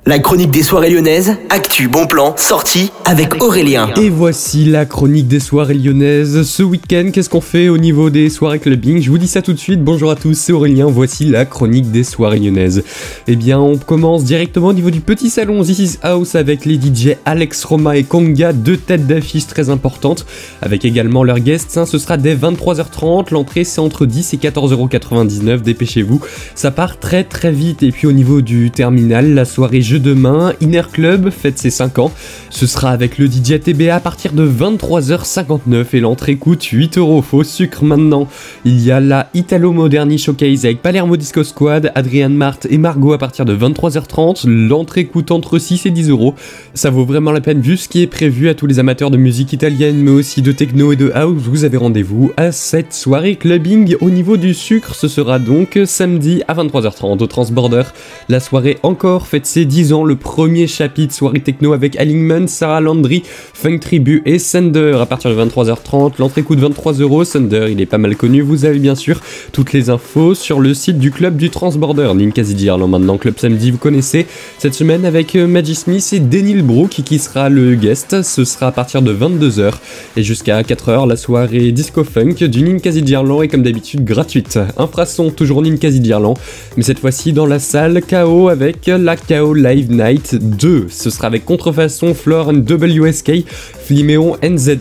La chronique des soirées lyonnaises, actu, bon plan, sortie avec Aurélien. Et voici la chronique des soirées lyonnaises. Ce week-end, qu'est-ce qu'on fait au niveau des soirées clubbing ? Je vous dis ça tout de suite. Bonjour à tous, c'est Aurélien. Voici la chronique des soirées lyonnaises. Eh bien, on commence directement au niveau du petit salon This Is House avec les DJ Alex, Roma et Konga, deux têtes d'affiche très importantes, avec également leurs guests. Ce sera dès 23h30. L'entrée, c'est entre 10 et 14,99€. Dépêchez-vous, ça part très très vite. Et puis au niveau du terminal, la soirée jeu de main, Inner Club fête ses 5 ans. Ce sera avec le DJ TBA à partir de 23h59 et l'entrée coûte 8€. Faux sucre maintenant. Il y a la Italo Moderni Showcase avec Palermo Disco Squad, Adrian Marthe et Margot à partir de 23h30. L'entrée coûte entre 6 et 10€. Ça vaut vraiment la peine vu ce qui est prévu. À tous les amateurs de musique italienne mais aussi de techno et de house, vous avez rendez-vous à cette soirée clubbing. Au niveau du sucre, ce sera donc samedi à 23h30 au Transborder. La soirée encore fête ses 10 ans, le premier chapitre soirée techno avec Allingman, Sarah Landry, Funk Tribu et Sender à partir de 23h30. L'entrée coûte 23€. Sender, il est pas mal connu. Vous avez bien sûr toutes les infos sur le site du club du Transborder. Ninkasi Dirland maintenant, Club Samedi, vous connaissez. Cette semaine avec Maggie Smith et Daniel Brook qui sera le guest. Ce sera à partir de 22h et jusqu'à 4h la soirée Disco Funk du Ninkasi Dirland est comme d'habitude gratuite. Infrason, toujours Ninkasi Dirland, mais cette fois-ci dans la salle KO avec la KO Live Night 2. Ce sera avec Contrefaçon, Floor and WSK, Fliméon,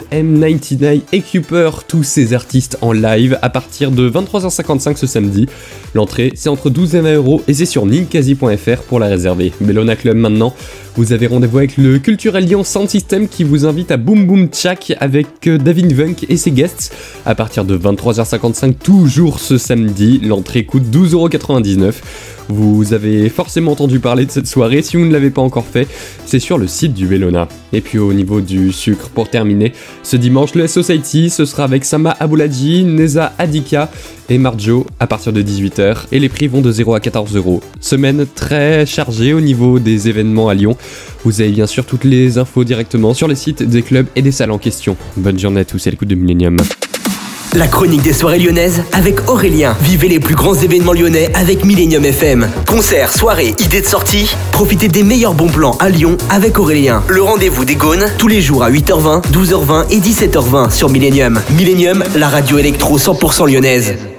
NZM99 et Cooper, tous ces artistes en live à partir de 23h55 ce samedi. L'entrée c'est entre 12 et 20€ et c'est sur ninkasi.fr pour la réserver. Bellona Club maintenant, vous avez rendez-vous avec le Culturel Lyon Sound System qui vous invite à Boom Boom Tchak avec David Vunk et ses guests à partir de 23h55 toujours ce samedi. L'entrée coûte 12,99€. Vous avez forcément entendu parler de cette soirée, si vous ne l'avez pas encore fait, c'est sur le site du Bellona. Et puis au niveau du sucre, pour terminer, ce dimanche, le S-Society, ce sera avec Sama Aboulaji, Neza Adika et Marjo à partir de 18h, et les prix vont de 0 à 14€. Semaine très chargée au niveau des événements à Lyon. Vous avez bien sûr toutes les infos directement sur les sites des clubs et des salles en question. Bonne journée à tous et à l'écoute de Millennium. La chronique des soirées lyonnaises avec Aurélien. Vivez les plus grands événements lyonnais avec Millennium FM. Concerts, soirées, idées de sortie. Profitez des meilleurs bons plans à Lyon avec Aurélien. Le rendez-vous des Gaunes, tous les jours à 8h20, 12h20 et 17h20 sur Millennium. Millennium, la radio électro 100% lyonnaise.